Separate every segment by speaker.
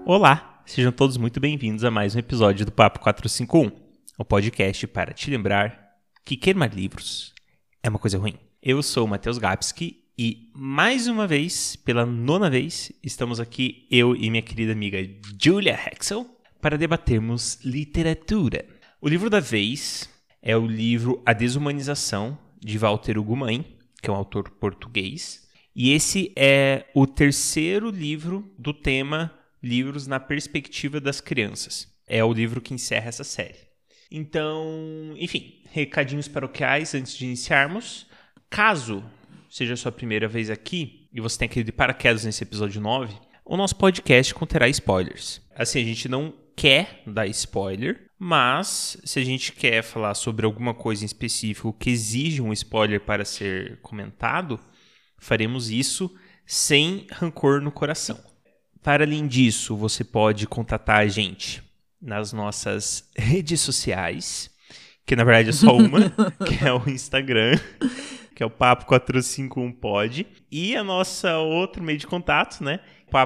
Speaker 1: Olá, sejam todos muito bem-vindos a mais um episódio do Papo 451, o podcast para te lembrar que queimar livros é uma coisa ruim. Eu sou o Matheus Gapski e, mais uma vez, pela 9ª vez, estamos aqui, eu e minha querida amiga Julia Hexel, para debatermos literatura. O livro da vez é o livro A Desumanização, de Walter Ugumãe, que é um autor português. E esse é o terceiro livro do tema Livros na Perspectiva das Crianças. É o livro que encerra essa série. Então, enfim, recadinhos paroquiais antes de iniciarmos. Caso seja a sua primeira vez aqui e você tenha caído de paraquedas nesse episódio 9, o nosso podcast conterá spoilers. Assim, a gente não quer dar spoiler, mas se a gente quer falar sobre alguma coisa em específico que exige um spoiler para ser comentado, faremos isso sem rancor no coração. Para além disso, você pode contatar a gente nas nossas redes sociais, que na verdade é só uma, que é o Instagram, que é o Papo 451pod, e a nossa outro meio de contato, né?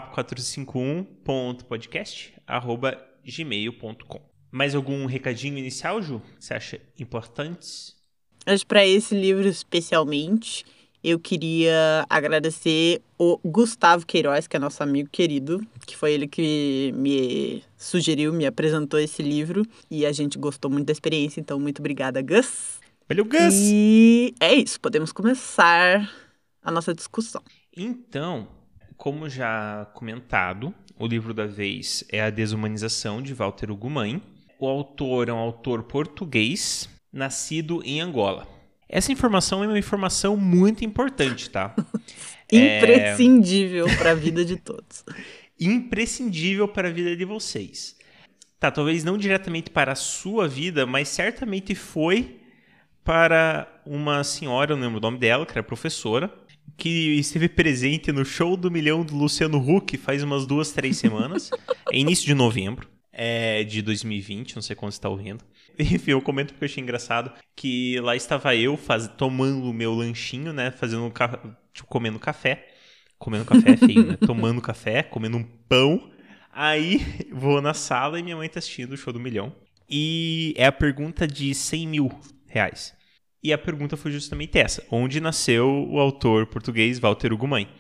Speaker 1: papo451.podcast@gmail.com. Mais algum recadinho inicial, Ju, que você acha importante?
Speaker 2: Mas para esse livro especialmente, eu queria agradecer o Gustavo Queiroz, que é nosso amigo querido, que foi ele que me sugeriu, me apresentou esse livro, e a gente gostou muito da experiência, então muito obrigada, Gus.
Speaker 1: Valeu, Gus!
Speaker 2: E é isso, podemos começar a nossa discussão.
Speaker 1: Então, como já comentado, o livro da vez é A Desumanização, de Walter Ugumãe. O autor é um autor português, nascido em Angola. Essa informação é uma informação muito importante, tá?
Speaker 2: Imprescindível para a vida de todos.
Speaker 1: Imprescindível para a vida de vocês. Tá, talvez não diretamente para a sua vida, mas certamente foi para uma senhora, eu não lembro o nome dela, que era professora, que esteve presente no show do milhão do Luciano Huck faz umas 2-3 semanas, início de novembro de 2020, não sei quando você está ouvindo. Enfim, eu comento porque eu achei engraçado que lá estava eu tomando o meu lanchinho, né, comendo café. Comendo café é feio, né? Tomando café, comendo um pão. Aí vou na sala e minha mãe tá assistindo o show do milhão. E é a pergunta de 100 mil reais. E a pergunta foi justamente essa. Onde nasceu o autor português Walter Ugumãe?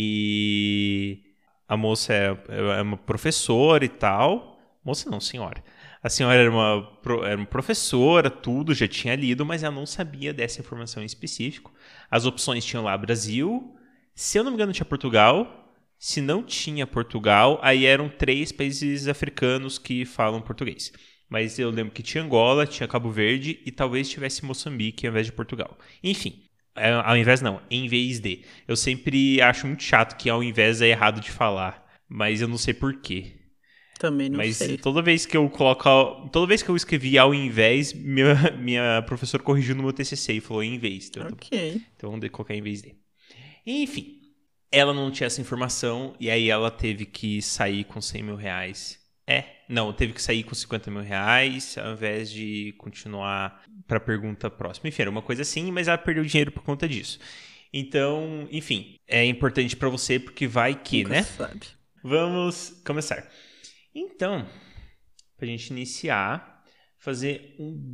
Speaker 1: E a moça é uma professora e tal. Moça não, senhora. A senhora era uma professora, tudo, já tinha lido, mas ela não sabia dessa informação em específico. As opções tinham lá Brasil, se eu não me engano tinha Portugal, se não tinha Portugal, aí eram 3 países africanos que falam português. Mas eu lembro que tinha Angola, tinha Cabo Verde e talvez tivesse Moçambique ao invés de Portugal. Enfim, ao invés não, em vez de. Eu sempre acho muito chato que ao invés é errado de falar, mas eu não sei porquê.
Speaker 2: Também não sei.
Speaker 1: Mas toda vez que eu escrevi ao invés, minha professora corrigiu no meu TCC e falou em vez. Então,
Speaker 2: Ok.
Speaker 1: então vamos colocar em vez de. Enfim, ela não tinha essa informação e aí ela teve que sair com 100 mil reais. Teve que sair com 50 mil reais ao invés de continuar para a pergunta próxima. Enfim, era uma coisa assim, mas ela perdeu dinheiro por conta disso. Então, enfim, é importante para você porque vai que,
Speaker 2: Nunca
Speaker 1: né?
Speaker 2: sabe.
Speaker 1: Vamos começar. Então, para a gente iniciar, fazer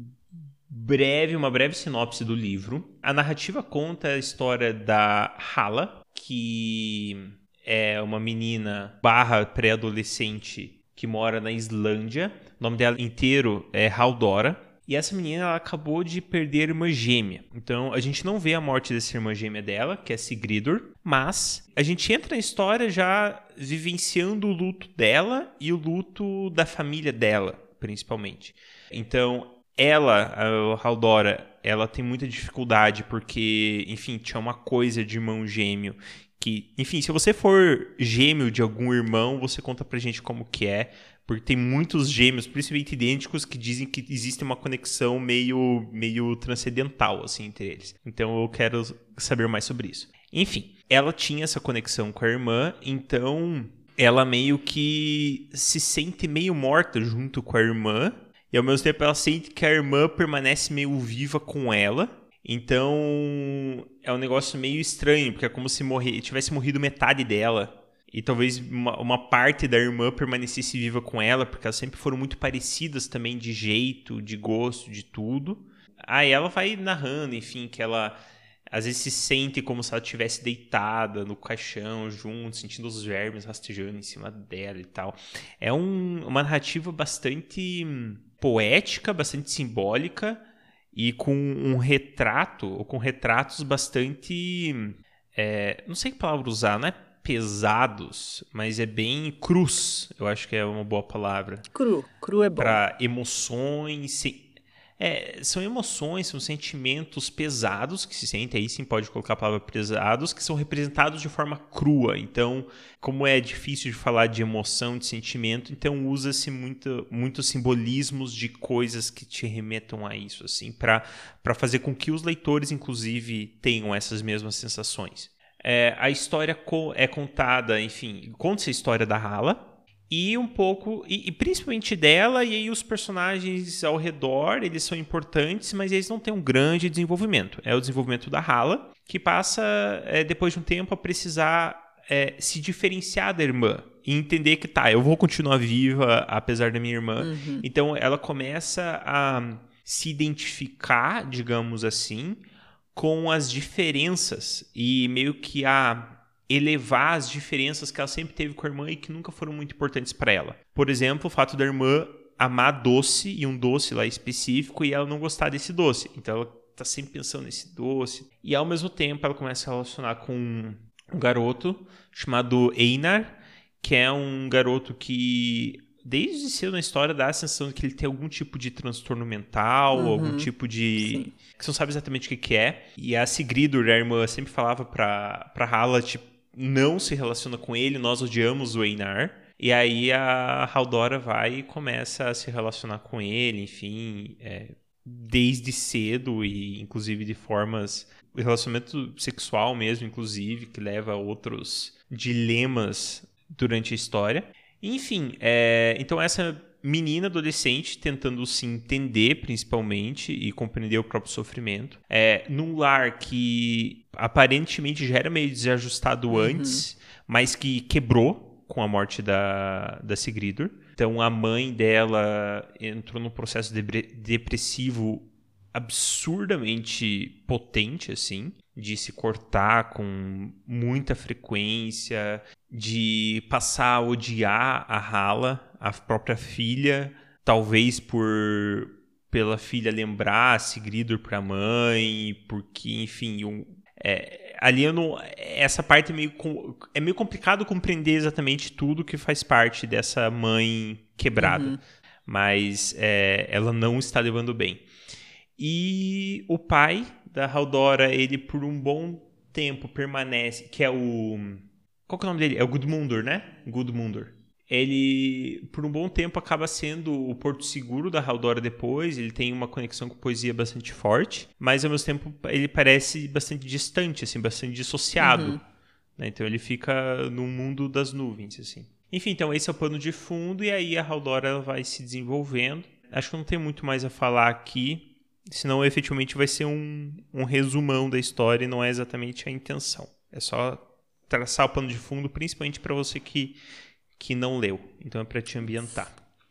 Speaker 1: uma breve sinopse do livro. A narrativa conta a história da Hala, que é uma menina / pré-adolescente que mora na Islândia. O nome dela inteiro é Haldora. E essa menina ela acabou de perder a irmã gêmea. Então, a gente não vê a morte dessa irmã gêmea dela, que é Sigridur, mas a gente entra na história já vivenciando o luto dela e o luto da família dela, principalmente. Então, a Haldora, ela tem muita dificuldade porque, enfim, tinha uma coisa de irmão gêmeo que, enfim, se você for gêmeo de algum irmão, você conta pra gente como que é. Porque tem muitos gêmeos, principalmente idênticos, que dizem que existe uma conexão meio transcendental, assim, entre eles. Então eu quero saber mais sobre isso. Enfim, ela tinha essa conexão com a irmã, então ela meio que se sente meio morta junto com a irmã. E ao mesmo tempo ela sente que a irmã permanece meio viva com ela. Então é um negócio meio estranho, porque é como se tivesse morrido metade dela. e talvez uma parte da irmã permanecesse viva com ela, porque elas sempre foram muito parecidas também de jeito, de gosto, de tudo. Aí ela vai narrando, enfim, que ela às vezes se sente como se ela estivesse deitada no caixão junto, sentindo os vermes rastejando em cima dela e tal. É uma narrativa bastante poética, bastante simbólica e com um retrato, ou com retratos bastante... não sei que palavra usar, não é pesados, mas é bem crus, eu acho que é uma boa palavra.
Speaker 2: Cru é bom.
Speaker 1: Para emoções... são emoções, são sentimentos pesados que se sentem, aí sim pode colocar a palavra pesados, que são representados de forma crua. Então, como é difícil de falar de emoção, de sentimento, então usa-se muitos simbolismos de coisas que te remetam a isso, assim, para fazer com que os leitores, inclusive, tenham essas mesmas sensações. A história é contada, enfim, conta-se a história da Hala, e um pouco, e principalmente dela, e aí os personagens ao redor, eles são importantes, mas eles não têm um grande desenvolvimento. É o desenvolvimento da Hala, que passa, depois de um tempo, a precisar se diferenciar da irmã. E entender que, eu vou continuar viva, apesar da minha irmã.
Speaker 2: Uhum.
Speaker 1: Então, ela começa a se identificar, digamos assim, com as diferenças, e meio que elevar as diferenças que ela sempre teve com a irmã e que nunca foram muito importantes para ela. Por exemplo, o fato da irmã amar doce, e um doce lá específico, e ela não gostar desse doce. Então ela tá sempre pensando nesse doce. E ao mesmo tempo ela começa a se relacionar com um garoto chamado Einar, que é um garoto que desde cedo na história dá a sensação de que ele tem algum tipo de transtorno mental, algum tipo de...
Speaker 2: Sim.
Speaker 1: que você não sabe exatamente o que é. E a Sigridur, a irmã, sempre falava pra Hala, tipo, não se relaciona com ele, nós odiamos o Einar. E aí a Haldora vai e começa a se relacionar com ele, enfim, desde cedo, e inclusive de formas... relacionamento sexual mesmo, inclusive, que leva a outros dilemas durante a história. Enfim, então essa menina adolescente tentando se entender, principalmente, e compreender o próprio sofrimento. Num lar que aparentemente já era meio desajustado antes, mas que quebrou com a morte da Sigridur. Então a mãe dela entrou num processo depressivo absurdamente potente, assim, de se cortar com muita frequência, de passar a odiar a Hala, a própria filha, talvez pela filha lembrar a Sigridur para a mãe, porque, enfim, ali essa parte é meio complicado compreender exatamente tudo que faz parte dessa mãe quebrada, mas ela não está levando bem. E o pai da Haldora, ele por um bom tempo permanece, que é o... Qual que é o nome dele? É o Gudmundur, né? Gudmundur. Ele, por um bom tempo, acaba sendo o porto seguro da Haldora depois. Ele tem uma conexão com poesia bastante forte, mas ao mesmo tempo ele parece bastante distante, assim, bastante dissociado. Né? Então ele fica no mundo das nuvens, assim. Enfim, então esse é o pano de fundo, e aí a Haldora ela vai se desenvolvendo. Acho que não tem muito mais a falar aqui, senão efetivamente vai ser um resumão da história e não é exatamente a intenção. É só traçar o pano de fundo, principalmente para você que não leu. Então é para te ambientar.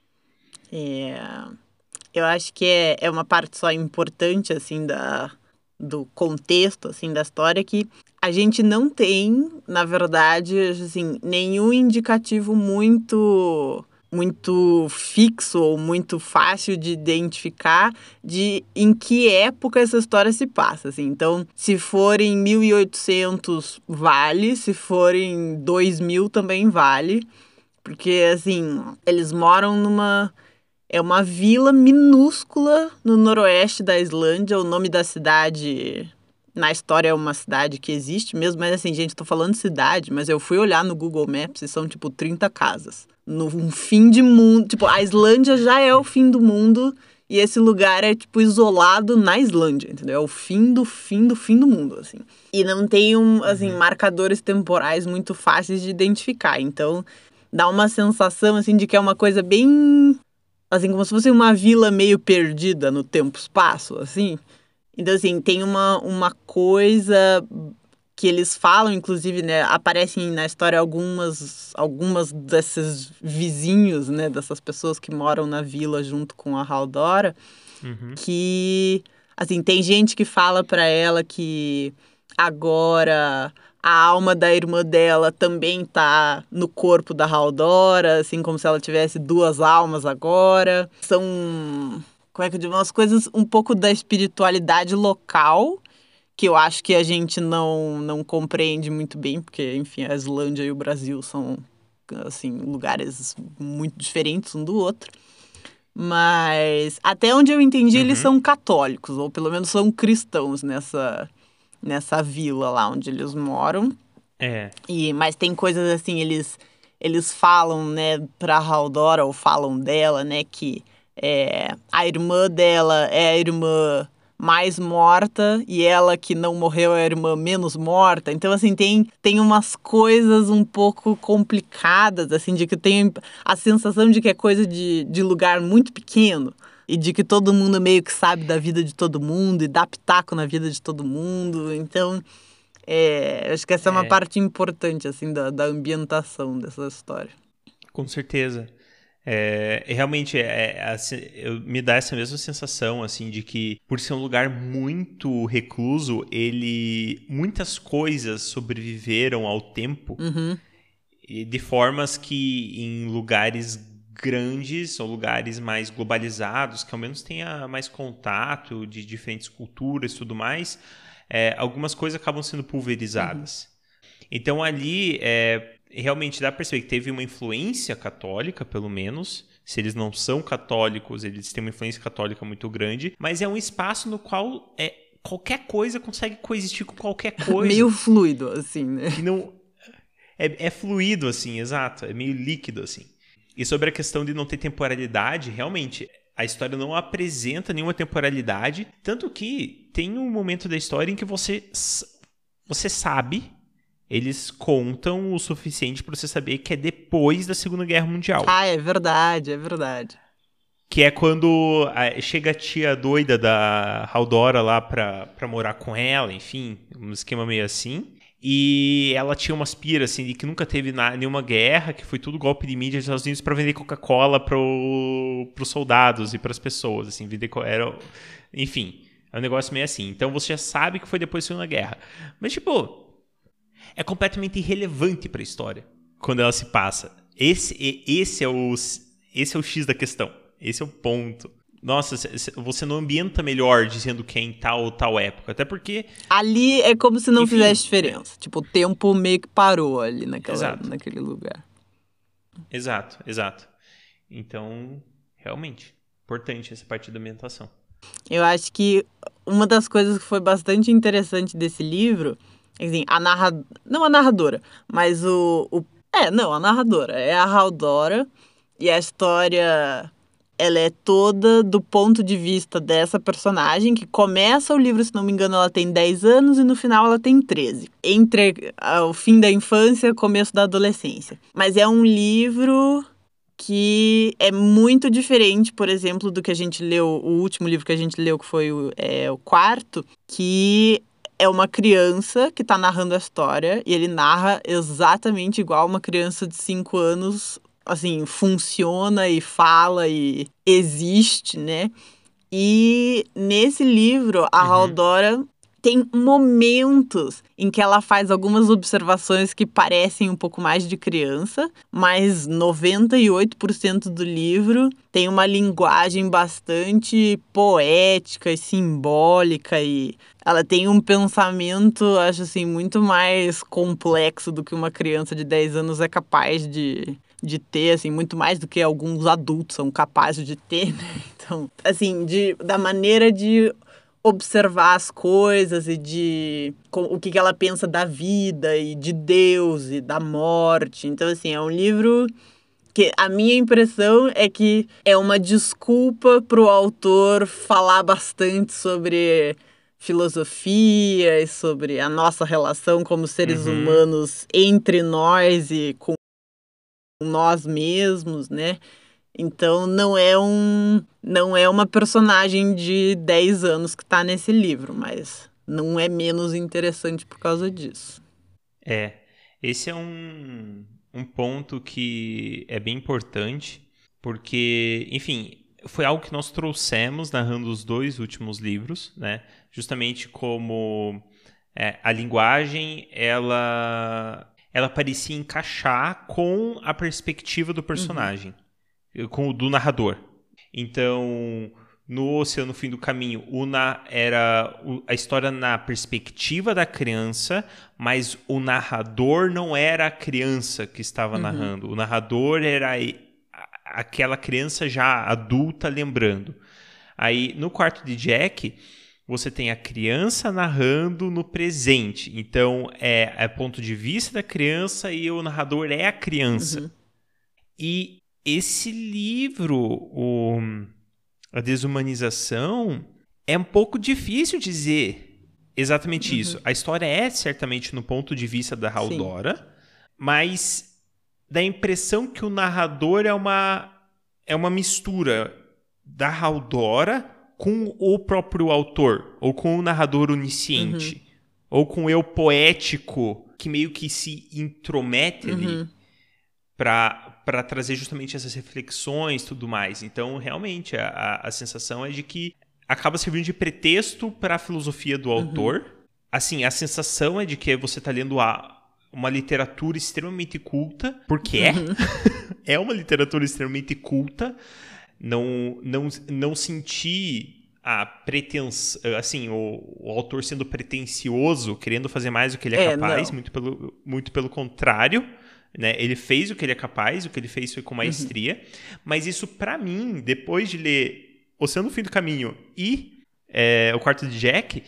Speaker 2: Eu acho que é uma parte só importante, assim, do contexto, assim, da história, que a gente não tem, na verdade, assim, nenhum indicativo muito fixo ou muito fácil de identificar em que época essa história se passa, assim. Então, se for em 1800, vale. Se for em 2000, também vale. Porque, assim, eles moram é uma vila minúscula no noroeste da Islândia. O nome da cidade, na história, é uma cidade que existe mesmo. Mas, assim, gente, tô falando cidade, mas eu fui olhar no Google Maps e são, tipo, 30 casas. No fim de mundo. Tipo, a Islândia já é o fim do mundo e esse lugar é, tipo, isolado na Islândia, entendeu? É o fim do fim do fim do mundo, assim. E não tem, assim, marcadores temporais muito fáceis de identificar. Então, dá uma sensação, assim, de que é uma coisa bem... assim, como se fosse uma vila meio perdida no tempo-espaço, assim. Então, assim, tem uma coisa que eles falam, inclusive, né, aparecem na história algumas desses vizinhos, né, dessas pessoas que moram na vila junto com a Haldora,
Speaker 1: Uhum.
Speaker 2: que, assim, tem gente que fala pra ela que agora a alma da irmã dela também tá no corpo da Haldora, assim, como se ela tivesse duas almas agora. São, como é que eu digo, umas coisas um pouco da espiritualidade local, que eu acho que a gente não compreende muito bem, porque, enfim, a Islândia e o Brasil são, assim, lugares muito diferentes um do outro. Mas até onde eu entendi, eles
Speaker 1: Uhum.
Speaker 2: são católicos, ou pelo menos são cristãos nessa vila lá onde eles moram.
Speaker 1: É.
Speaker 2: Mas tem coisas assim, eles falam, né, pra Haldora, ou falam dela, né, que a irmã dela é a irmã mais morta e ela que não morreu é a irmã menos morta. Então, assim, tem umas coisas um pouco complicadas, assim, de que tem a sensação de que é coisa de lugar muito pequeno. E de que todo mundo meio que sabe da vida de todo mundo e dá pitaco na vida de todo mundo. Então, acho que essa é uma
Speaker 1: É,
Speaker 2: parte importante, assim, da ambientação dessa história.
Speaker 1: com certeza. Realmente me dá essa mesma sensação assim de que por ser um lugar muito recluso, muitas coisas sobreviveram ao tempo
Speaker 2: Uhum.
Speaker 1: e de formas que em lugares grandes ou lugares mais globalizados, que ao menos tenha mais contato de diferentes culturas e tudo mais, algumas coisas acabam sendo
Speaker 2: Uhum.
Speaker 1: pulverizadas. Então ali realmente dá para perceber que teve uma influência católica, pelo menos. Se eles não são católicos, eles têm uma influência católica muito grande, mas é um espaço no qual qualquer coisa consegue coexistir com qualquer
Speaker 2: Meio
Speaker 1: coisa.
Speaker 2: fluido, assim, né?
Speaker 1: Que não. É fluido, assim, exato. É meio líquido, assim. E sobre a questão de não ter temporalidade, realmente, a história não apresenta nenhuma temporalidade. Tanto que tem um momento da história em que você sabe, eles contam o suficiente para você saber que é depois da Segunda Guerra Mundial.
Speaker 2: Ah, é verdade, é verdade.
Speaker 1: Que é quando chega a tia doida da Haldora lá pra morar com ela, enfim, um esquema meio assim. E ela tinha umas piras, assim, de que nunca teve nenhuma guerra, que foi tudo golpe de mídia dos Estados Unidos pra vender Coca-Cola pros soldados e pras pessoas, assim, enfim, é um negócio meio assim. Então você já sabe que foi depois da Segunda Guerra. Mas, tipo, é completamente irrelevante pra história quando ela se passa. Esse é o X da questão. Esse é o ponto. Nossa, você não ambienta melhor dizendo que é em tal ou tal época. Até porque,
Speaker 2: Ali é como se não fizesse
Speaker 1: enfim,
Speaker 2: diferença. Tipo, o tempo meio que parou ali
Speaker 1: exato.
Speaker 2: naquele lugar.
Speaker 1: Exato, exato. Então, realmente, importante essa parte da ambientação.
Speaker 2: Eu acho que uma das coisas que foi bastante interessante desse livro, assim, não a narradora, mas não, a narradora, é a Haldora, e a história, ela é toda do ponto de vista dessa personagem, que começa o livro, se não me engano, ela tem 10 anos e no final ela tem 13. Entre o fim da infância e o começo da adolescência. Mas é um livro que é muito diferente, por exemplo, do que a gente leu, o último livro que a gente leu, que foi o quarto, que é uma criança que está narrando a história e ele narra exatamente igual uma criança de 5 anos, assim, funciona e fala e existe, né? E nesse livro, a
Speaker 1: Uhum.
Speaker 2: Haldora tem momentos em que ela faz algumas observações que parecem um pouco mais de criança, mas 98% do livro tem uma linguagem bastante poética e simbólica e ela tem um pensamento, acho assim, muito mais complexo do que uma criança de 10 anos é capaz de ter, assim, muito mais do que alguns adultos são capazes de ter, né? Então, assim, da maneira de observar as coisas e o que ela pensa da vida e de Deus e da morte. Então, assim, é um livro que a minha impressão é que é uma desculpa para o autor falar bastante sobre filosofia e sobre a nossa relação como seres
Speaker 1: Uhum.
Speaker 2: humanos entre nós e com nós mesmos, né? Então não é uma personagem de 10 anos que tá nesse livro, mas não é menos interessante por causa disso.
Speaker 1: Esse é um ponto que é bem importante, porque, enfim, foi algo que nós trouxemos narrando os 2 últimos livros, né? Justamente como a linguagem, ela parecia encaixar com a perspectiva do personagem, com o do narrador. Então, no Oceano no Fim do Caminho, era a história na perspectiva da criança, mas o narrador não era a criança que estava narrando. O narrador era aquela criança já adulta lembrando. Aí, no quarto de Jack, você tem a criança narrando no presente. Então, é ponto de vista da criança e o narrador é a criança. E esse livro, A Desumanização, é um pouco difícil dizer exatamente isso. A história é certamente no ponto de vista da Haldora, mas dá a impressão que o narrador é uma mistura da Haldora com o próprio autor, ou com o narrador onisciente, ou com o eu poético que meio que se intromete ali para trazer justamente essas reflexões e tudo mais. Então, realmente, a sensação é de que acaba servindo de pretexto para a filosofia do autor. Assim, a sensação é de que você está lendo uma literatura extremamente culta, porque é uma literatura extremamente culta. Não senti a pretensão, assim, o autor sendo pretencioso, querendo fazer mais do que ele é capaz, muito pelo contrário. Né? Ele fez o que ele é capaz, o que ele fez foi com maestria, mas isso pra mim, depois de ler Oceano no Fim do Caminho e O Quarto de Jack,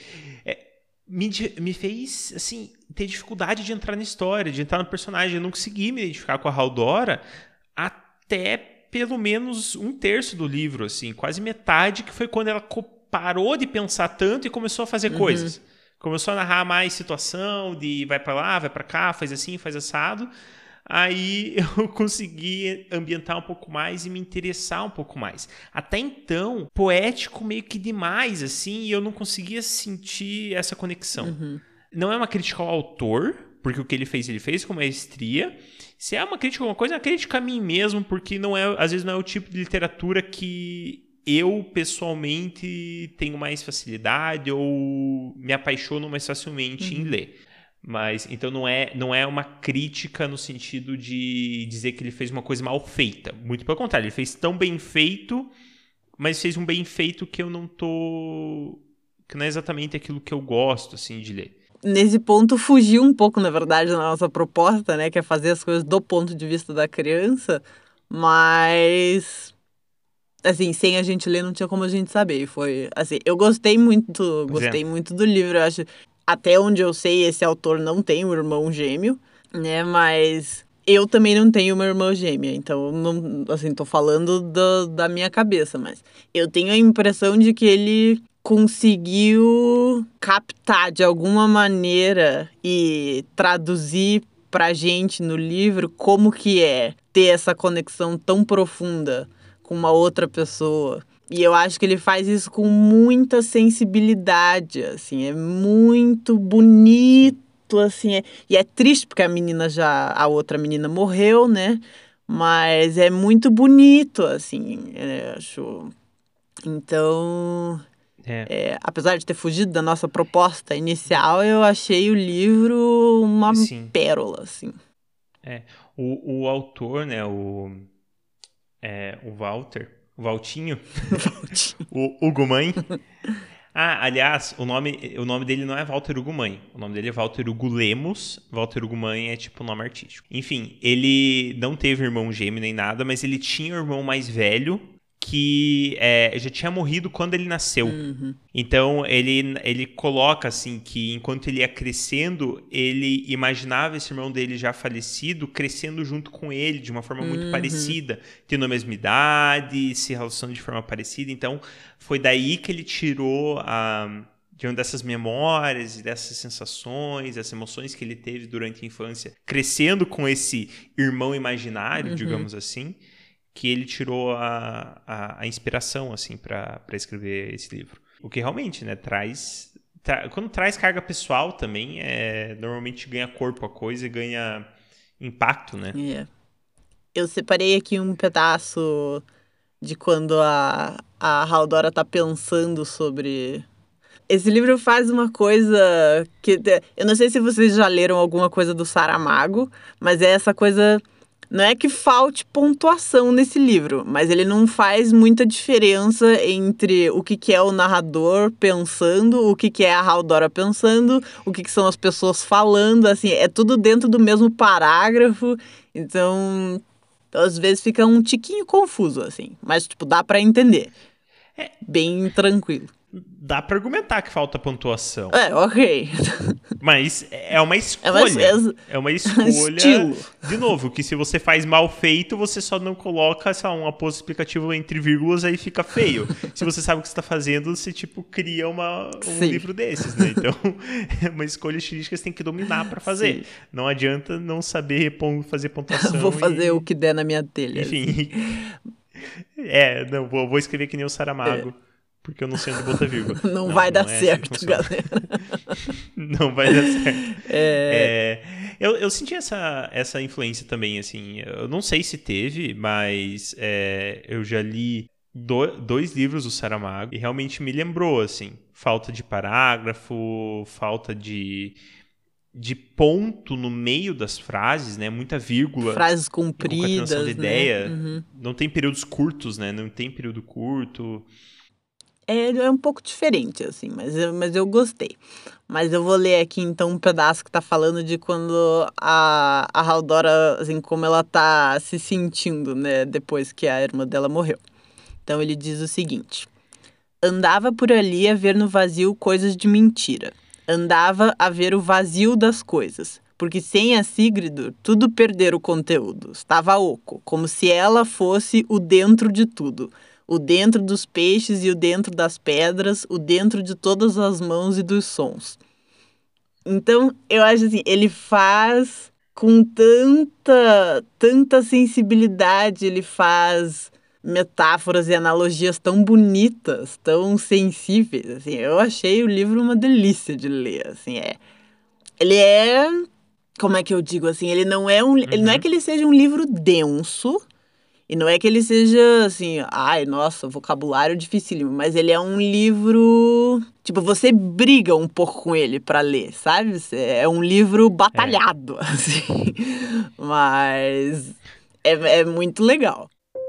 Speaker 1: me fez assim, ter dificuldade de entrar na história, de entrar no personagem. Eu não consegui me identificar com a Haldora até pelo menos 1/3 do livro, assim, quase metade, que foi quando ela parou de pensar tanto e começou a fazer coisas. Começou a narrar mais situação, de vai pra lá, vai pra cá, faz assim, faz assado. Aí eu consegui ambientar um pouco mais e me interessar um pouco mais. Até então, poético meio que demais, assim, e eu não conseguia sentir essa conexão. Não é uma crítica ao autor, porque o que ele fez com maestria. Se é uma crítica a alguma coisa, é uma crítica a mim mesmo, porque às vezes não é o tipo de literatura que eu, pessoalmente, tenho mais facilidade ou me apaixono mais facilmente em ler. Mas, então, não é uma crítica no sentido de dizer que ele fez uma coisa mal feita. Muito pelo contrário, ele fez tão bem feito, mas fez um bem feito que eu não tô... que não é exatamente aquilo que eu gosto, assim, de ler.
Speaker 2: Nesse ponto, fugiu um pouco, na verdade, da nossa proposta, né? Que é fazer as coisas do ponto de vista da criança, mas... assim, sem a gente ler, não tinha como a gente saber. Foi, assim, eu gostei muito do livro. Eu acho, até onde eu sei, esse autor não tem um irmão gêmeo, né? Mas eu também não tenho uma irmã gêmea. Então, não, assim, tô falando da minha cabeça, mas eu tenho a impressão de que ele conseguiu captar de alguma maneira e traduzir pra gente no livro como que é ter essa conexão tão profunda com uma outra pessoa. E eu acho que ele faz isso com muita sensibilidade, assim, é muito bonito, assim, e é triste porque a outra menina morreu, né? Mas é muito bonito, assim, acho. Então, apesar de ter fugido da nossa proposta inicial, eu achei o livro uma pérola, assim.
Speaker 1: O autor, né, o Valtinho, o Ugumãe. Aliás, o nome dele não é Walter Ugumãe. O nome dele é Walter Hugo Lemos. Walter Ugumãe é tipo o nome artístico. Enfim, ele não teve irmão gêmeo nem nada, mas ele tinha um irmão mais velho que já tinha morrido quando ele nasceu. Então, ele coloca assim que enquanto ele ia crescendo, ele imaginava esse irmão dele já falecido crescendo junto com ele de uma forma muito parecida, tendo a mesma idade, se relacionando de forma parecida. Então, foi daí que ele tirou de uma dessas memórias e dessas sensações, dessas emoções que ele teve durante a infância, crescendo com esse irmão imaginário, digamos assim, que ele tirou a inspiração assim para escrever esse livro. O que realmente, né, traz quando traz carga pessoal também, normalmente ganha corpo a coisa e ganha impacto, né?
Speaker 2: Eu separei aqui um pedaço de quando a Haldora tá pensando sobre... Esse livro faz uma coisa que... Eu não sei se vocês já leram alguma coisa do Saramago, mas é essa coisa... Não é que falte pontuação nesse livro, mas ele não faz muita diferença entre o que é o narrador pensando, o que é a Haldora pensando, o que são as pessoas falando, assim, é tudo dentro do mesmo parágrafo, então às vezes fica um tiquinho confuso, assim, mas, tipo, dá pra entender. Bem tranquilo.
Speaker 1: Dá pra argumentar que falta pontuação.
Speaker 2: Ok.
Speaker 1: Mas é uma escolha. É uma escolha.
Speaker 2: Estilo.
Speaker 1: De novo, que se você faz mal feito, você só não coloca, sei lá, um aposto explicativo entre vírgulas, aí fica feio. Se você sabe o que você tá fazendo, você, tipo, cria um livro desses, né? Então, é uma escolha estilística que você tem que dominar pra fazer. Sim. Não adianta não saber fazer pontuação.
Speaker 2: Vou fazer o que der na minha telha.
Speaker 1: Enfim. Não, vou escrever que nem o Saramago. Porque eu não sei onde botar vírgula.
Speaker 2: Não vai dar certo, assim galera.
Speaker 1: Não vai dar certo. Eu senti essa influência também, assim. Eu não sei se teve, mas eu já li 2 livros do Saramago e realmente me lembrou, assim. Falta de parágrafo, falta de ponto no meio das frases, né? Muita vírgula.
Speaker 2: Frases compridas,
Speaker 1: concatenação de ideia.
Speaker 2: Né? Uhum.
Speaker 1: Não tem períodos curtos, né? Não tem período curto.
Speaker 2: É um pouco diferente, assim, mas eu gostei. Mas eu vou ler aqui, então, um pedaço que tá falando de quando a Haldora, assim, como ela tá se sentindo, né, depois que a irmã dela morreu. Então, ele diz o seguinte: andava por ali a ver no vazio coisas de mentira. Andava a ver o vazio das coisas. Porque sem a Sigrid, tudo perder o conteúdo. Estava oco, como se ela fosse o dentro de tudo. O dentro dos peixes e o dentro das pedras, o dentro de todas as mãos e dos sons. Então, eu acho assim, ele faz com tanta sensibilidade, ele faz metáforas e analogias tão bonitas, tão sensíveis, assim. Eu achei o livro uma delícia de ler, assim, ele é, como é que eu digo, assim, ele não é ele não é que ele seja um livro denso, e não é que ele seja, assim, ai, nossa, vocabulário dificílimo, mas ele é um livro... Tipo, você briga um pouco com ele pra ler, sabe? É um livro batalhado, assim. Mas é muito legal.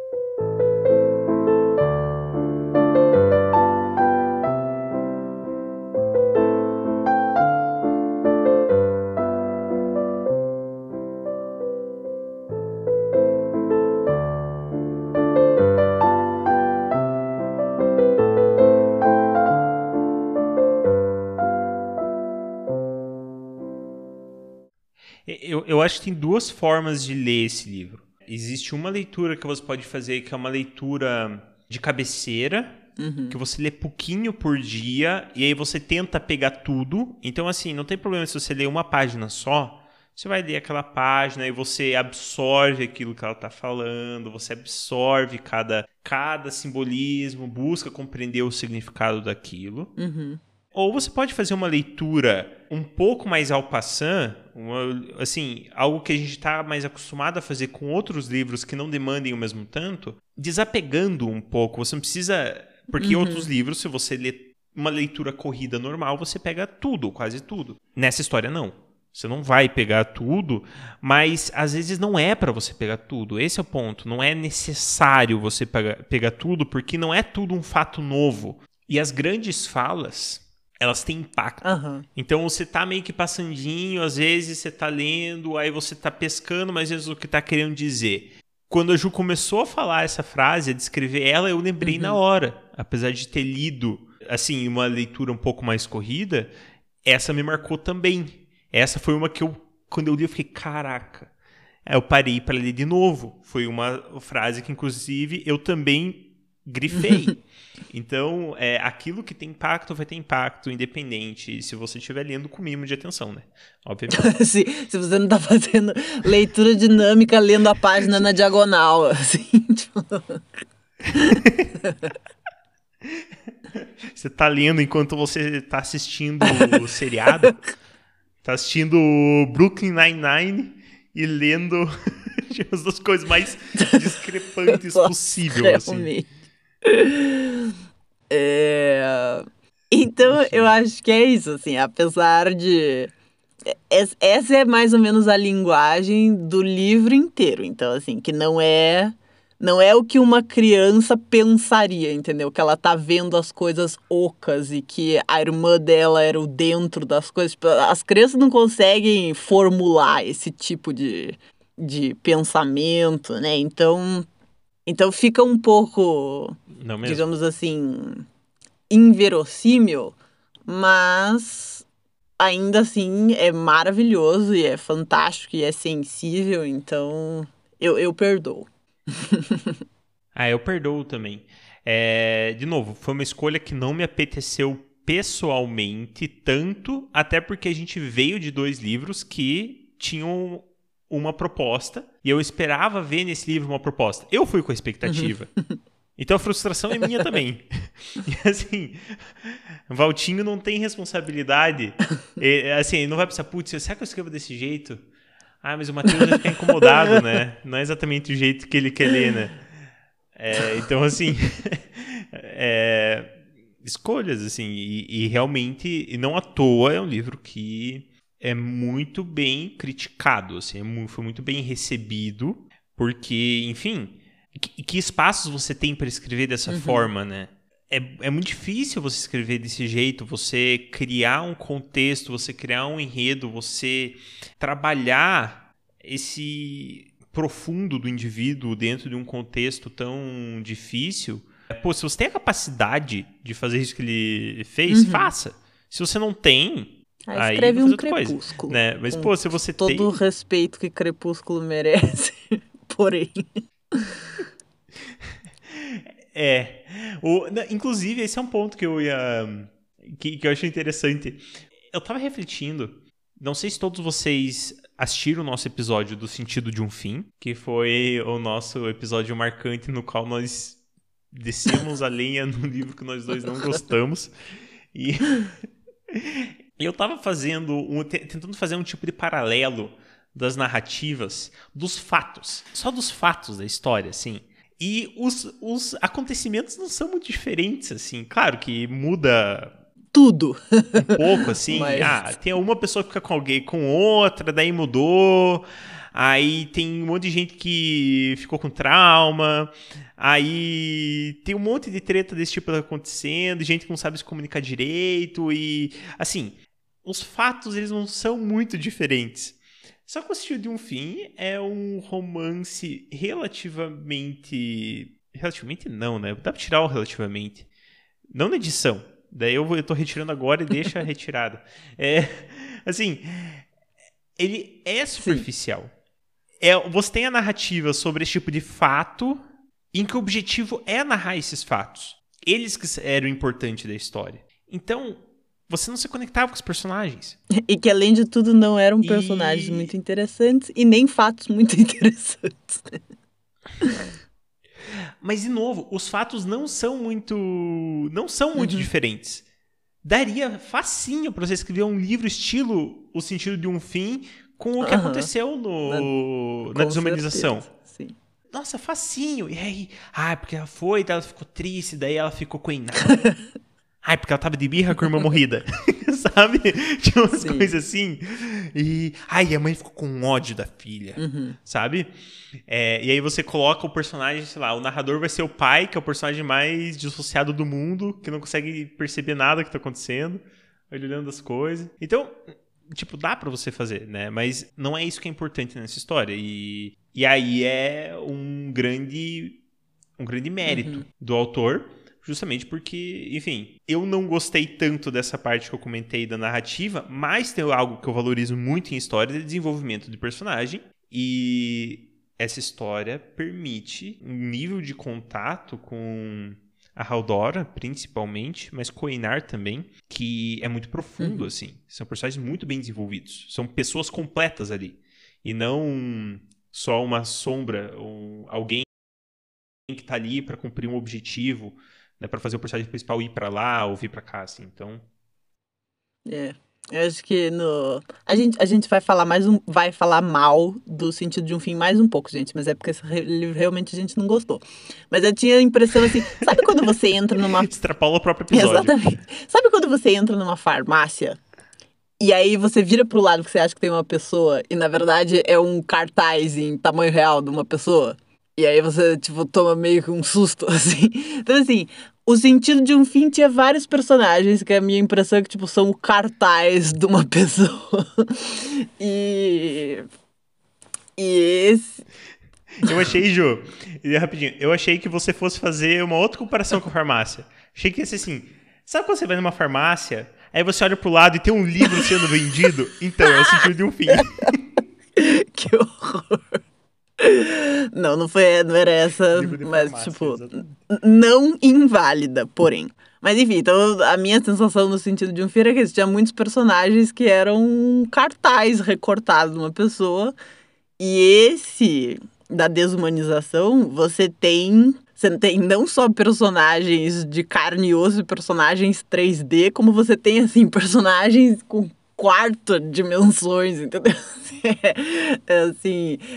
Speaker 1: Eu acho que tem 2 formas de ler esse livro. Existe uma leitura que você pode fazer, que é uma leitura de cabeceira, que você lê pouquinho por dia, e aí você tenta pegar tudo. Então, assim, não tem problema se você ler uma página só. Você vai ler aquela página e você absorve aquilo que ela está falando, você absorve cada simbolismo, busca compreender o significado daquilo. Ou você pode fazer uma leitura um pouco mais en passant, assim, algo que a gente está mais acostumado a fazer com outros livros que não demandem o mesmo tanto, desapegando um pouco. Você não precisa... Porque em outros livros, se você lê uma leitura corrida normal, você pega tudo, quase tudo. Nessa história, não. Você não vai pegar tudo, mas às vezes não é para você pegar tudo. Esse é o ponto. Não é necessário você pegar tudo, porque não é tudo um fato novo. E as grandes falas... elas têm impacto. Então você tá meio que passandinho, às vezes você tá lendo, aí você tá pescando, mas às vezes o que tá querendo dizer. Quando a Ju começou a falar essa frase, a descrever ela, eu lembrei na hora. Apesar de ter lido, assim, uma leitura um pouco mais corrida, essa me marcou também. Essa foi uma que quando eu li, eu fiquei, caraca. Aí eu parei para ler de novo. Foi uma frase que, inclusive, eu também grifei. Então, aquilo que tem impacto vai ter impacto, independente se você estiver lendo com o mínimo de atenção, né? Obviamente.
Speaker 2: se você não tá fazendo leitura dinâmica, lendo a página na diagonal, assim, tipo...
Speaker 1: Você tá lendo enquanto você tá assistindo o seriado. Tá assistindo Brooklyn Nine-Nine e lendo as duas coisas mais discrepantes
Speaker 2: Nossa,
Speaker 1: possível, assim.
Speaker 2: realmente. Então, eu
Speaker 1: Enfim.
Speaker 2: acho que é isso, assim, apesar de... Essa é mais ou menos a linguagem do livro inteiro. Então, assim, que não é o que uma criança pensaria, entendeu? Que ela tá vendo as coisas ocas e que a irmã dela era o dentro das coisas. Tipo, as crianças não conseguem formular esse tipo de pensamento, né? Então fica um pouco,
Speaker 1: Não mesmo?
Speaker 2: digamos assim, inverossímil, mas ainda assim é maravilhoso e é fantástico e é sensível, então eu perdoo.
Speaker 1: Ah, eu perdoo também. De novo, foi uma escolha que não me apeteceu pessoalmente tanto, até porque a gente veio de dois livros que tinham uma proposta e eu esperava ver nesse livro uma proposta. Eu fui com a expectativa. Então a frustração é minha também. E assim, Valtinho não tem responsabilidade. Assim, ele não vai pensar, putz, será que eu escrevo desse jeito? Ah, mas o Matheus vai ficar incomodado, né? Não é exatamente o jeito que ele quer ler, né? Então, assim, escolhas, assim, e realmente, e não à toa, é um livro que é muito bem criticado, assim, foi muito bem recebido, porque, enfim, que espaços você tem para escrever dessa forma, né? É muito difícil você escrever desse jeito, você criar um contexto, você criar um enredo, você trabalhar esse profundo do indivíduo dentro de um contexto tão difícil. Pô, se você tem a capacidade de fazer isso que ele fez, faça. Se você não tem,
Speaker 2: Ah,
Speaker 1: aí vai
Speaker 2: escreve um
Speaker 1: fazer outra coisa,
Speaker 2: Crepúsculo,
Speaker 1: né? Mas,
Speaker 2: com
Speaker 1: pô, se você
Speaker 2: todo o
Speaker 1: tem...
Speaker 2: respeito que Crepúsculo merece, porém.
Speaker 1: Inclusive, esse é um ponto que eu ia... Que eu achei interessante. Eu tava refletindo, não sei se todos vocês assistiram o nosso episódio do Sentido de um Fim, que foi o nosso episódio marcante no qual nós descemos a lenha no livro que nós dois não gostamos. E eu tava tentando fazer um tipo de paralelo das narrativas, dos fatos, só dos fatos da história, assim. E os acontecimentos não são muito diferentes, assim. Claro que muda
Speaker 2: Tudo.
Speaker 1: um pouco, assim.
Speaker 2: Mas.
Speaker 1: Tem uma pessoa que fica com alguém, com outra, daí mudou. Aí tem um monte de gente que ficou com trauma. Aí tem um monte de treta desse tipo acontecendo, gente que não sabe se comunicar direito. E, assim, os fatos, eles não são muito diferentes. Só que O Sentido de um Fim é um romance relativamente... Relativamente não, né? Dá pra tirar o relativamente. Não na edição. Daí eu tô retirando agora e deixa retirado. Assim, ele é
Speaker 2: Sim.
Speaker 1: superficial. Você tem a narrativa sobre esse tipo de fato, em que o objetivo é narrar esses fatos. Eles que eram importantes da história. Então, você não se conectava com os personagens.
Speaker 2: E que, além de tudo, não eram personagens muito
Speaker 1: E...
Speaker 2: interessantes e nem fatos muito interessantes.
Speaker 1: Mas, de novo, os fatos não são muito diferentes. Daria facinho pra você escrever um livro estilo O Sentido de um Fim com o que aconteceu na
Speaker 2: Com
Speaker 1: desumanização.
Speaker 2: certeza, sim.
Speaker 1: Nossa, facinho. E aí, porque ela foi, daí ela ficou triste, daí ela ficou com o Hinata. Porque ela tava de birra com a irmã morrida. Sabe? Tinha umas
Speaker 2: Sim.
Speaker 1: coisas assim. E a mãe ficou com ódio da filha. Sabe? E aí você coloca o personagem, sei lá, o narrador vai ser o pai, que é o personagem mais dissociado do mundo, que não consegue perceber nada que tá acontecendo. Ele olhando as coisas. Então, tipo, dá pra você fazer, né? Mas não é isso que é importante nessa história. E aí é um grande mérito do autor, justamente porque, enfim, eu não gostei tanto dessa parte que eu comentei da narrativa, mas tem algo que eu valorizo muito em história, de desenvolvimento de personagem, e essa história permite um nível de contato com a Haldora, principalmente, mas com o Einar também, que é muito profundo, assim. São personagens muito bem desenvolvidos. São pessoas completas ali. E não só uma sombra, ou alguém que está ali para cumprir um objetivo, Dá pra fazer o personagem principal ir pra lá ou vir pra cá, assim. Então,
Speaker 2: É. Eu acho que a gente vai falar mal do Sentido de um Fim mais um pouco, gente, mas é porque esse livro realmente a gente não gostou. Mas eu tinha a impressão assim, sabe quando você entra numa
Speaker 1: extrapola o próprio episódio.
Speaker 2: Exatamente. Sabe quando você entra numa farmácia e aí você vira pro lado que você acha que tem uma pessoa e na verdade é um cartaz em tamanho real de uma pessoa? E aí você, tipo, toma meio que um susto, assim. Então, assim, o Sentido de um Fim tinha vários personagens que a minha impressão é que, tipo, são o cartaz de uma pessoa. E... E esse...
Speaker 1: Eu achei, Jô, e rapidinho, eu achei que você fosse fazer uma outra comparação com a farmácia. Achei que ia ser assim, sabe quando você vai numa farmácia, aí você olha pro lado e tem um livro sendo vendido? Então, é o Sentido de um Fim.
Speaker 2: Que horror. Não era essa,
Speaker 1: Livro de
Speaker 2: mas,
Speaker 1: farmácia,
Speaker 2: tipo,
Speaker 1: exatamente.
Speaker 2: não inválida, porém. Mas enfim, então a minha sensação no Sentido de um Fim era que tinha muitos personagens que eram um cartaz recortado de uma pessoa. E esse da desumanização, você tem não só personagens de carne e osso e personagens 3D, como você tem, assim, personagens com quarta dimensões, entendeu? Assim,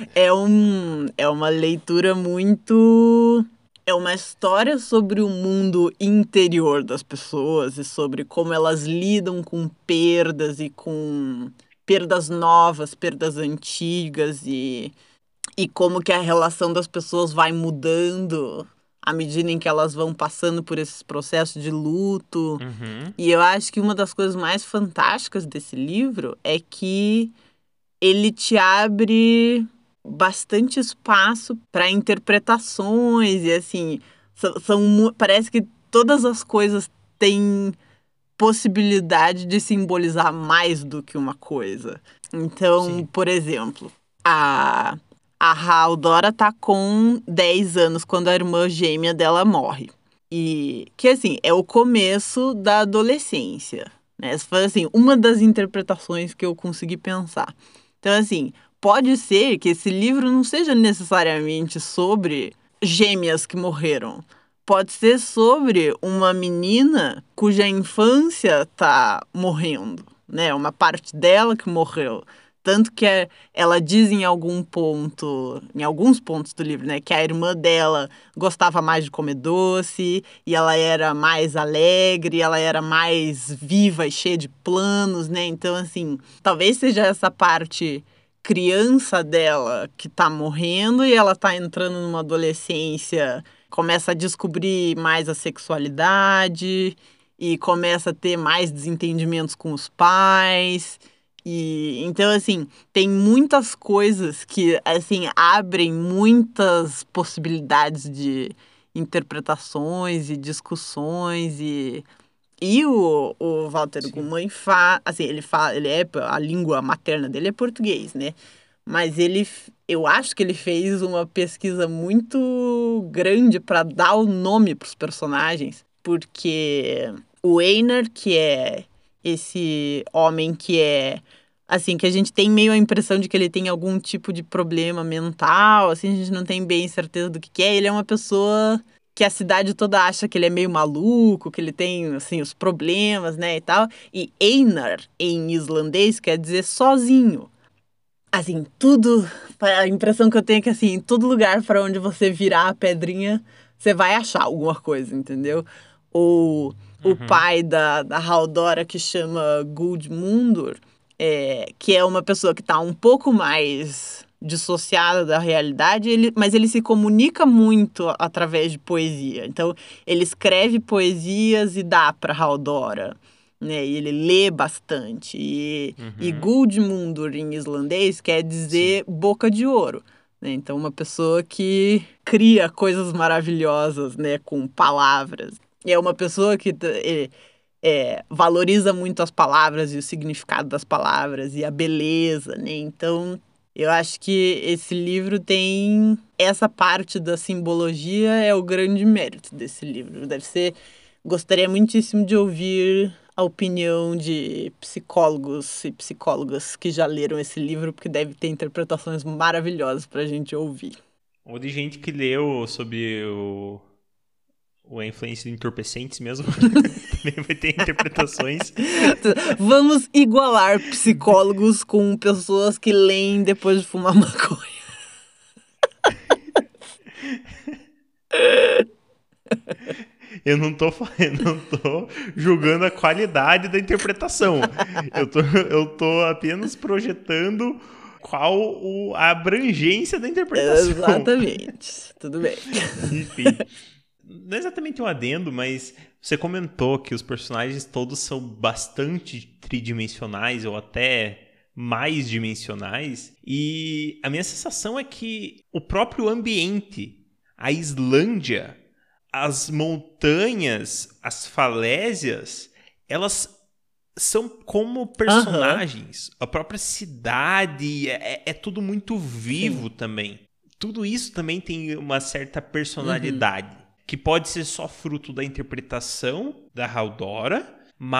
Speaker 2: é uma leitura muito... É uma história sobre o mundo interior das pessoas e sobre como elas lidam com perdas e com perdas novas, perdas antigas e como que a relação das pessoas vai mudando à medida em que elas vão passando por esses processos de luto.
Speaker 1: Uhum.
Speaker 2: E eu acho que uma das coisas mais fantásticas desse livro é que ele te abre bastante espaço para interpretações e assim, parece que todas as coisas têm possibilidade de simbolizar mais do que uma coisa. Então,
Speaker 1: Sim.
Speaker 2: por exemplo, a Haldora tá com 10 anos quando a irmã gêmea dela morre. E que assim, é o começo da adolescência, né? Essa foi assim, uma das interpretações que eu consegui pensar. Então, assim, pode ser que esse livro não seja necessariamente sobre gêmeas que morreram. Pode ser sobre uma menina cuja infância tá morrendo, né? Uma parte dela que morreu. Tanto que ela diz em algum ponto, em alguns pontos do livro, né, que a irmã dela gostava mais de comer doce, e ela era mais alegre, ela era mais viva e cheia de planos, né? Então, assim, talvez seja essa parte criança dela que tá morrendo e ela tá entrando numa adolescência, começa a descobrir mais a sexualidade e começa a ter mais desentendimentos com os pais. E então assim, tem muitas coisas que assim abrem muitas possibilidades de interpretações e discussões e o Walter
Speaker 1: Sim.
Speaker 2: Guman assim, a língua materna dele é português, né? Mas eu acho que ele fez uma pesquisa muito grande para dar o nome para os personagens, porque o Einar, que é esse homem que é assim, que a gente tem meio a impressão de que ele tem algum tipo de problema mental, assim, a gente não tem bem certeza do que é. Ele é uma pessoa que a cidade toda acha que ele é meio maluco, que ele tem, assim, os problemas, né, e tal. E Einar, em islandês, quer dizer sozinho. Assim, tudo. A impressão que eu tenho é que, assim, em todo lugar para onde você virar a pedrinha, você vai achar alguma coisa, entendeu? Ou o
Speaker 1: Uhum.
Speaker 2: pai da Haldora, que chama Gudmundur, que é uma pessoa que está um pouco mais dissociada da realidade, mas ele se comunica muito através de poesia. Então, ele escreve poesias e dá para Haldora, né? E ele lê bastante. E
Speaker 1: Uhum.
Speaker 2: Gudmundur em islandês quer
Speaker 1: Sim.
Speaker 2: dizer boca de ouro, né? Então, uma pessoa que cria coisas maravilhosas, né? Com palavras. E é uma pessoa que valoriza muito as palavras e o significado das palavras e a beleza, né? Então, eu acho que esse livro tem essa parte da simbologia, é o grande mérito desse livro. Deve ser. Gostaria muitíssimo de ouvir a opinião de psicólogos e psicólogas que já leram esse livro, porque deve ter interpretações maravilhosas para a gente ouvir.
Speaker 1: Ou de gente que leu sobre ou a influência de entorpecentes mesmo, também vai ter interpretações.
Speaker 2: Vamos igualar psicólogos com pessoas que leem depois de fumar maconha.
Speaker 1: Eu não tô julgando a qualidade da interpretação. Eu tô apenas projetando a abrangência da interpretação.
Speaker 2: Exatamente. Tudo bem.
Speaker 1: Enfim. Não é exatamente um adendo, mas você comentou que os personagens todos são bastante tridimensionais ou até mais dimensionais. E a minha sensação é que o próprio ambiente, a Islândia, as montanhas, as falésias, elas são como personagens. A própria cidade é tudo muito vivo também. Tudo isso também tem uma certa personalidade, que pode ser só fruto da interpretação da Haldora,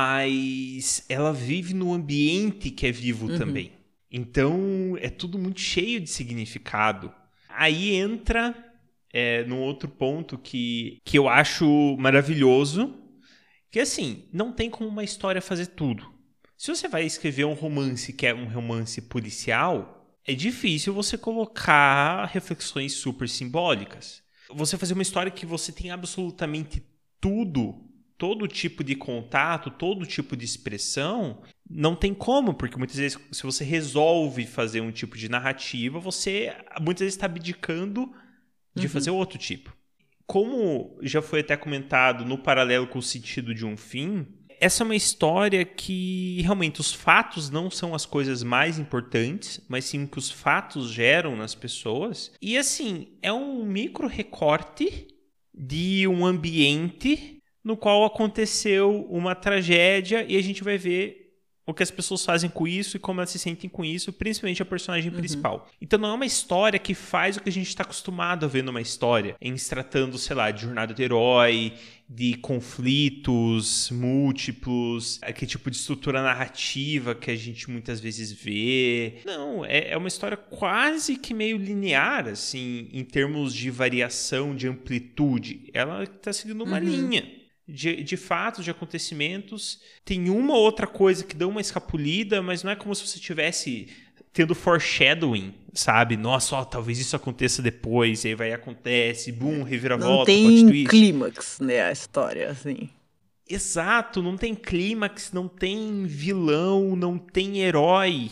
Speaker 1: mas ela vive no ambiente que é vivo também. Então, é tudo muito cheio de significado. Aí entra num outro ponto que eu acho maravilhoso, que assim, não tem como uma história fazer tudo. Se você vai escrever um romance que é um romance policial, é difícil você colocar reflexões super simbólicas. Você fazer uma história que você tem absolutamente tudo, todo tipo de contato, todo tipo de expressão, não tem como, porque muitas vezes, se você resolve fazer um tipo de narrativa, você muitas vezes está abdicando de fazer outro tipo. Como já foi até comentado no paralelo com o sentido de um fim, essa é uma história que realmente os fatos não são as coisas mais importantes, mas sim o que os fatos geram nas pessoas. E assim, é um micro recorte de um ambiente no qual aconteceu uma tragédia e a gente vai ver o que as pessoas fazem com isso e como elas se sentem com isso, principalmente a personagem principal. Então não é uma história que faz o que a gente está acostumado a ver numa história, em se tratando, sei lá, de jornada do herói, de conflitos múltiplos, que tipo de estrutura narrativa que a gente muitas vezes vê. Não, é uma história quase que meio linear, assim, em termos de variação, de amplitude. Ela está seguindo uma linha de fatos, de acontecimentos. Tem uma ou outra coisa que dá uma escapulida, mas não é como se você tivesse tendo foreshadowing, sabe? Nossa, ó, talvez isso aconteça depois, e aí vai acontece, boom, reviravolta, plot
Speaker 2: Não tem
Speaker 1: twist.
Speaker 2: clímax, né, a história, assim.
Speaker 1: Exato, não tem clímax, não tem vilão, não tem herói.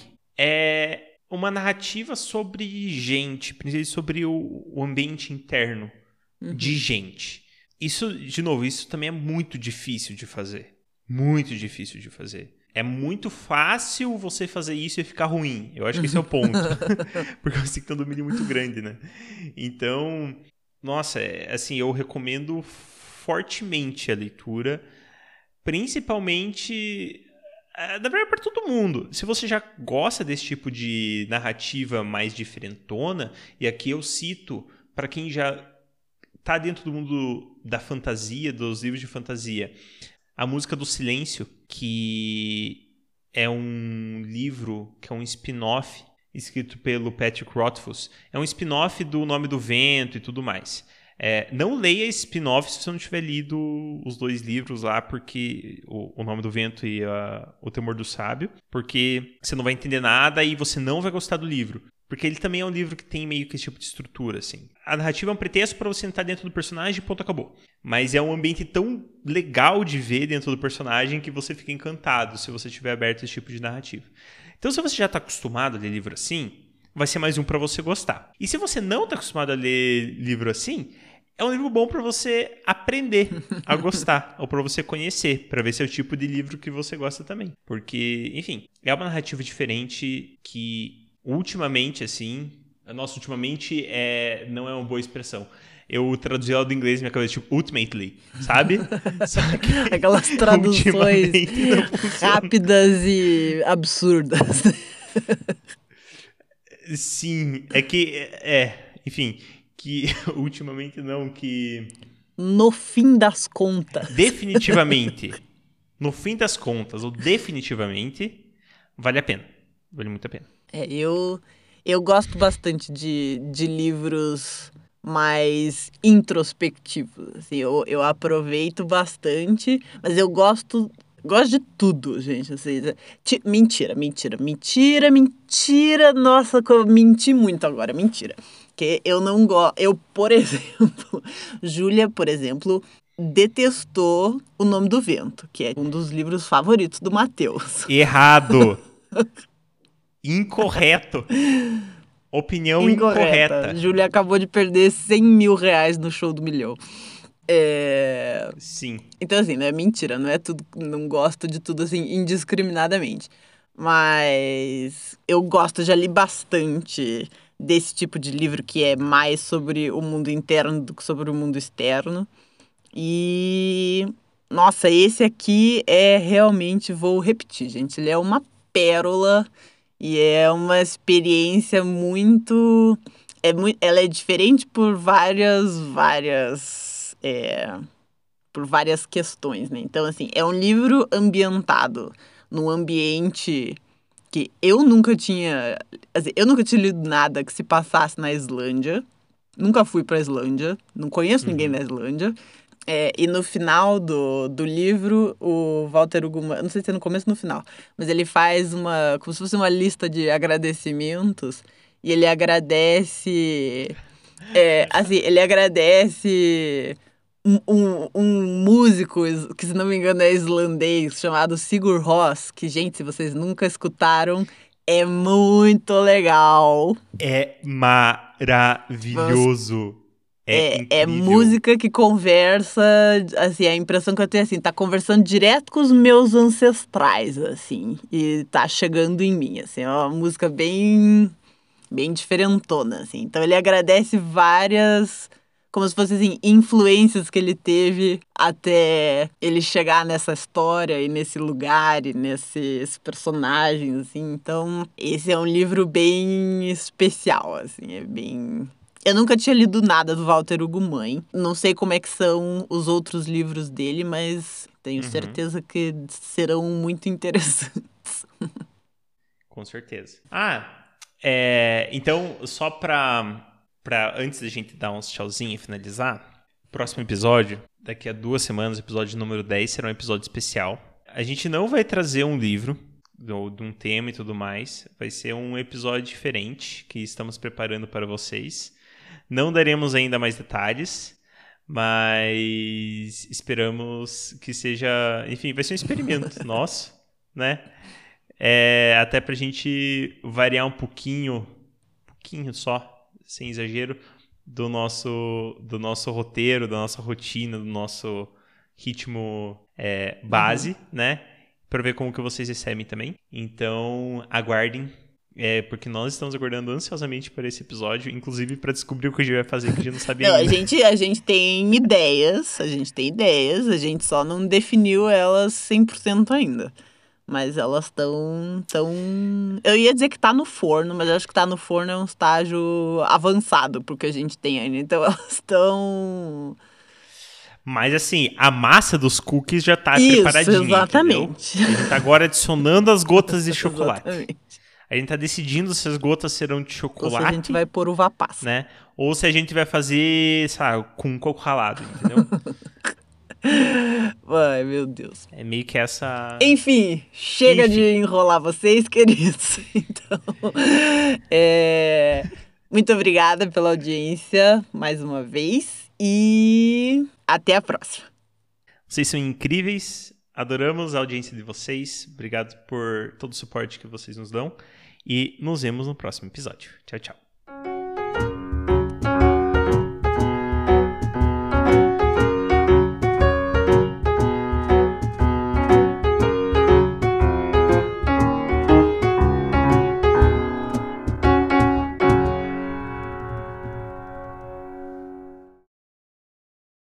Speaker 1: É uma narrativa sobre gente, principalmente sobre o ambiente interno de gente. Isso, de novo, isso também é muito difícil de fazer. Muito difícil de fazer. É muito fácil você fazer isso e ficar ruim. Eu acho que esse é o ponto. Porque você tem que ter um domínio muito grande, né? Então, nossa, assim, eu recomendo fortemente a leitura. Principalmente, na verdade, para todo mundo. Se você já gosta desse tipo de narrativa mais diferentona, e aqui eu cito, para quem já tá dentro do mundo da fantasia, dos livros de fantasia, A Música do Silêncio, que é um livro que é um spin-off escrito pelo Patrick Rothfuss. É um spin-off do Nome do Vento e tudo mais. Não leia esse spin-off se você não tiver lido os dois livros lá, porque o Nome do Vento e O Temor do Sábio, porque você não vai entender nada e você não vai gostar do livro. Porque ele também é um livro que tem meio que esse tipo de estrutura, assim. A narrativa é um pretexto para você entrar dentro do personagem e ponto, acabou. Mas é um ambiente tão legal de ver dentro do personagem que você fica encantado se você tiver aberto esse tipo de narrativa. Então, se você já está acostumado a ler livro assim, vai ser mais um para você gostar. E se você não está acostumado a ler livro assim, é um livro bom para você aprender a gostar, ou para você conhecer, para ver se é o tipo de livro que você gosta também. Porque, enfim, é uma narrativa diferente que... Ultimamente, assim... Nossa, ultimamente não é uma boa expressão. Eu traduzi ela do inglês na minha cabeça, tipo, ultimately, sabe? Só que
Speaker 2: aquelas traduções rápidas e absurdas.
Speaker 1: Sim, é que... enfim, que ultimamente não, que...
Speaker 2: No fim das contas.
Speaker 1: Definitivamente. No fim das contas, ou definitivamente, vale a pena. Vale muito a pena.
Speaker 2: Eu gosto bastante de livros mais introspectivos. Assim, eu aproveito bastante, mas eu gosto de tudo, gente. Assim, mentira. Nossa, eu menti muito agora, mentira. Que eu não gosto. Eu, por exemplo, Júlia, por exemplo, detestou O Nome do Vento, que é um dos livros favoritos do Matheus.
Speaker 1: Errado. Incorreto. Opinião incorreta.
Speaker 2: Júlia acabou de perder 100 mil reais no show do milhão.
Speaker 1: Sim.
Speaker 2: Então, assim, não é mentira, não é tudo. Não gosto de tudo assim indiscriminadamente. Mas eu gosto, já li bastante desse tipo de livro que é mais sobre o mundo interno do que sobre o mundo externo. E nossa, esse aqui é realmente, vou repetir, gente, ele é uma pérola e é uma experiência muito, ela é diferente por por várias questões, né? Então, assim, é um livro ambientado num ambiente que eu nunca tinha, assim, eu nunca tinha lido nada que se passasse na Islândia. Nunca fui pra Islândia, não conheço ninguém na Islândia. E no final do livro, o Walter Uguma, não sei se é no começo ou no final, mas ele faz como se fosse uma lista de agradecimentos, e ele agradece, assim, ele agradece um músico, que se não me engano é islandês, chamado Sigur Rós, que, gente, se vocês nunca escutaram, é muito legal.
Speaker 1: É maravilhoso. É incrível.
Speaker 2: Música que conversa, assim, a impressão que eu tenho, assim, tá conversando direto com os meus ancestrais, assim, e tá chegando em mim, assim, é uma música bem diferentona, assim. Então ele agradece várias, como se fossem, assim, influências que ele teve até ele chegar nessa história e nesse lugar e nesses personagens, assim. Então esse é um livro bem especial, assim, é bem... Eu nunca tinha lido nada do Walter Ugumãe. Não sei como é que são os outros livros dele, mas tenho certeza que serão muito interessantes.
Speaker 1: Com certeza. Então, só pra antes da gente dar uns tchauzinho e finalizar, próximo episódio, daqui a 2 semanas, episódio número 10, será um episódio especial. A gente não vai trazer um livro de um tema e tudo mais. Vai ser um episódio diferente que estamos preparando para vocês. Não daremos ainda mais detalhes, mas esperamos que seja... Enfim, vai ser um experimento nosso, né? Até pra gente variar um pouquinho só, sem exagero, do nosso roteiro, da nossa rotina, do nosso ritmo base, né? Pra ver como que vocês recebem também. Então, aguardem. Porque nós estamos aguardando ansiosamente para esse episódio, inclusive para descobrir o que a gente vai fazer, que a gente não sabe ainda.
Speaker 2: A gente tem ideias, a gente só não definiu elas 100% ainda. Mas elas estão... Eu ia dizer que tá no forno, mas eu acho que tá no forno é um estágio avançado pro que a gente tem ainda. Então elas estão...
Speaker 1: Mas assim, a massa dos cookies já tá preparadinha,
Speaker 2: exatamente.
Speaker 1: Entendeu? A gente tá agora adicionando as gotas de chocolate.
Speaker 2: Exatamente.
Speaker 1: A gente tá decidindo se as gotas serão de chocolate.
Speaker 2: Ou se a gente vai pôr uva passa.
Speaker 1: Né? Ou se a gente vai fazer, sabe, com coco ralado, entendeu?
Speaker 2: Ai, meu Deus.
Speaker 1: É meio que essa...
Speaker 2: Enfim, chega de enrolar vocês, queridos. Então, muito obrigada pela audiência mais uma vez e até a próxima.
Speaker 1: Vocês são incríveis, adoramos a audiência de vocês, obrigado por todo o suporte que vocês nos dão e nos vemos no próximo episódio. Tchau, tchau.